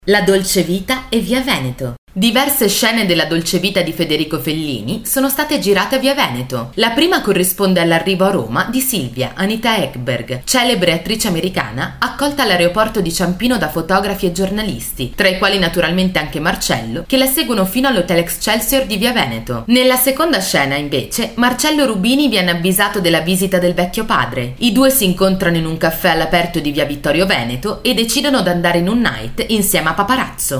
La dolce vita e Via Veneto. Diverse scene della dolce vita di Federico Fellini sono state girate a Via Veneto. La prima corrisponde all'arrivo a Roma di Silvia Anita Ekberg, celebre attrice americana, accolta all'aeroporto di Ciampino da fotografi e giornalisti, tra i quali naturalmente anche Marcello, che la seguono fino all'Hotel Excelsior di Via Veneto. Nella seconda scena, invece, Marcello Rubini viene avvisato della visita del vecchio padre. I due si incontrano in un caffè all'aperto di Via Vittorio Veneto e decidono di andare in un night insieme a Paparazzo.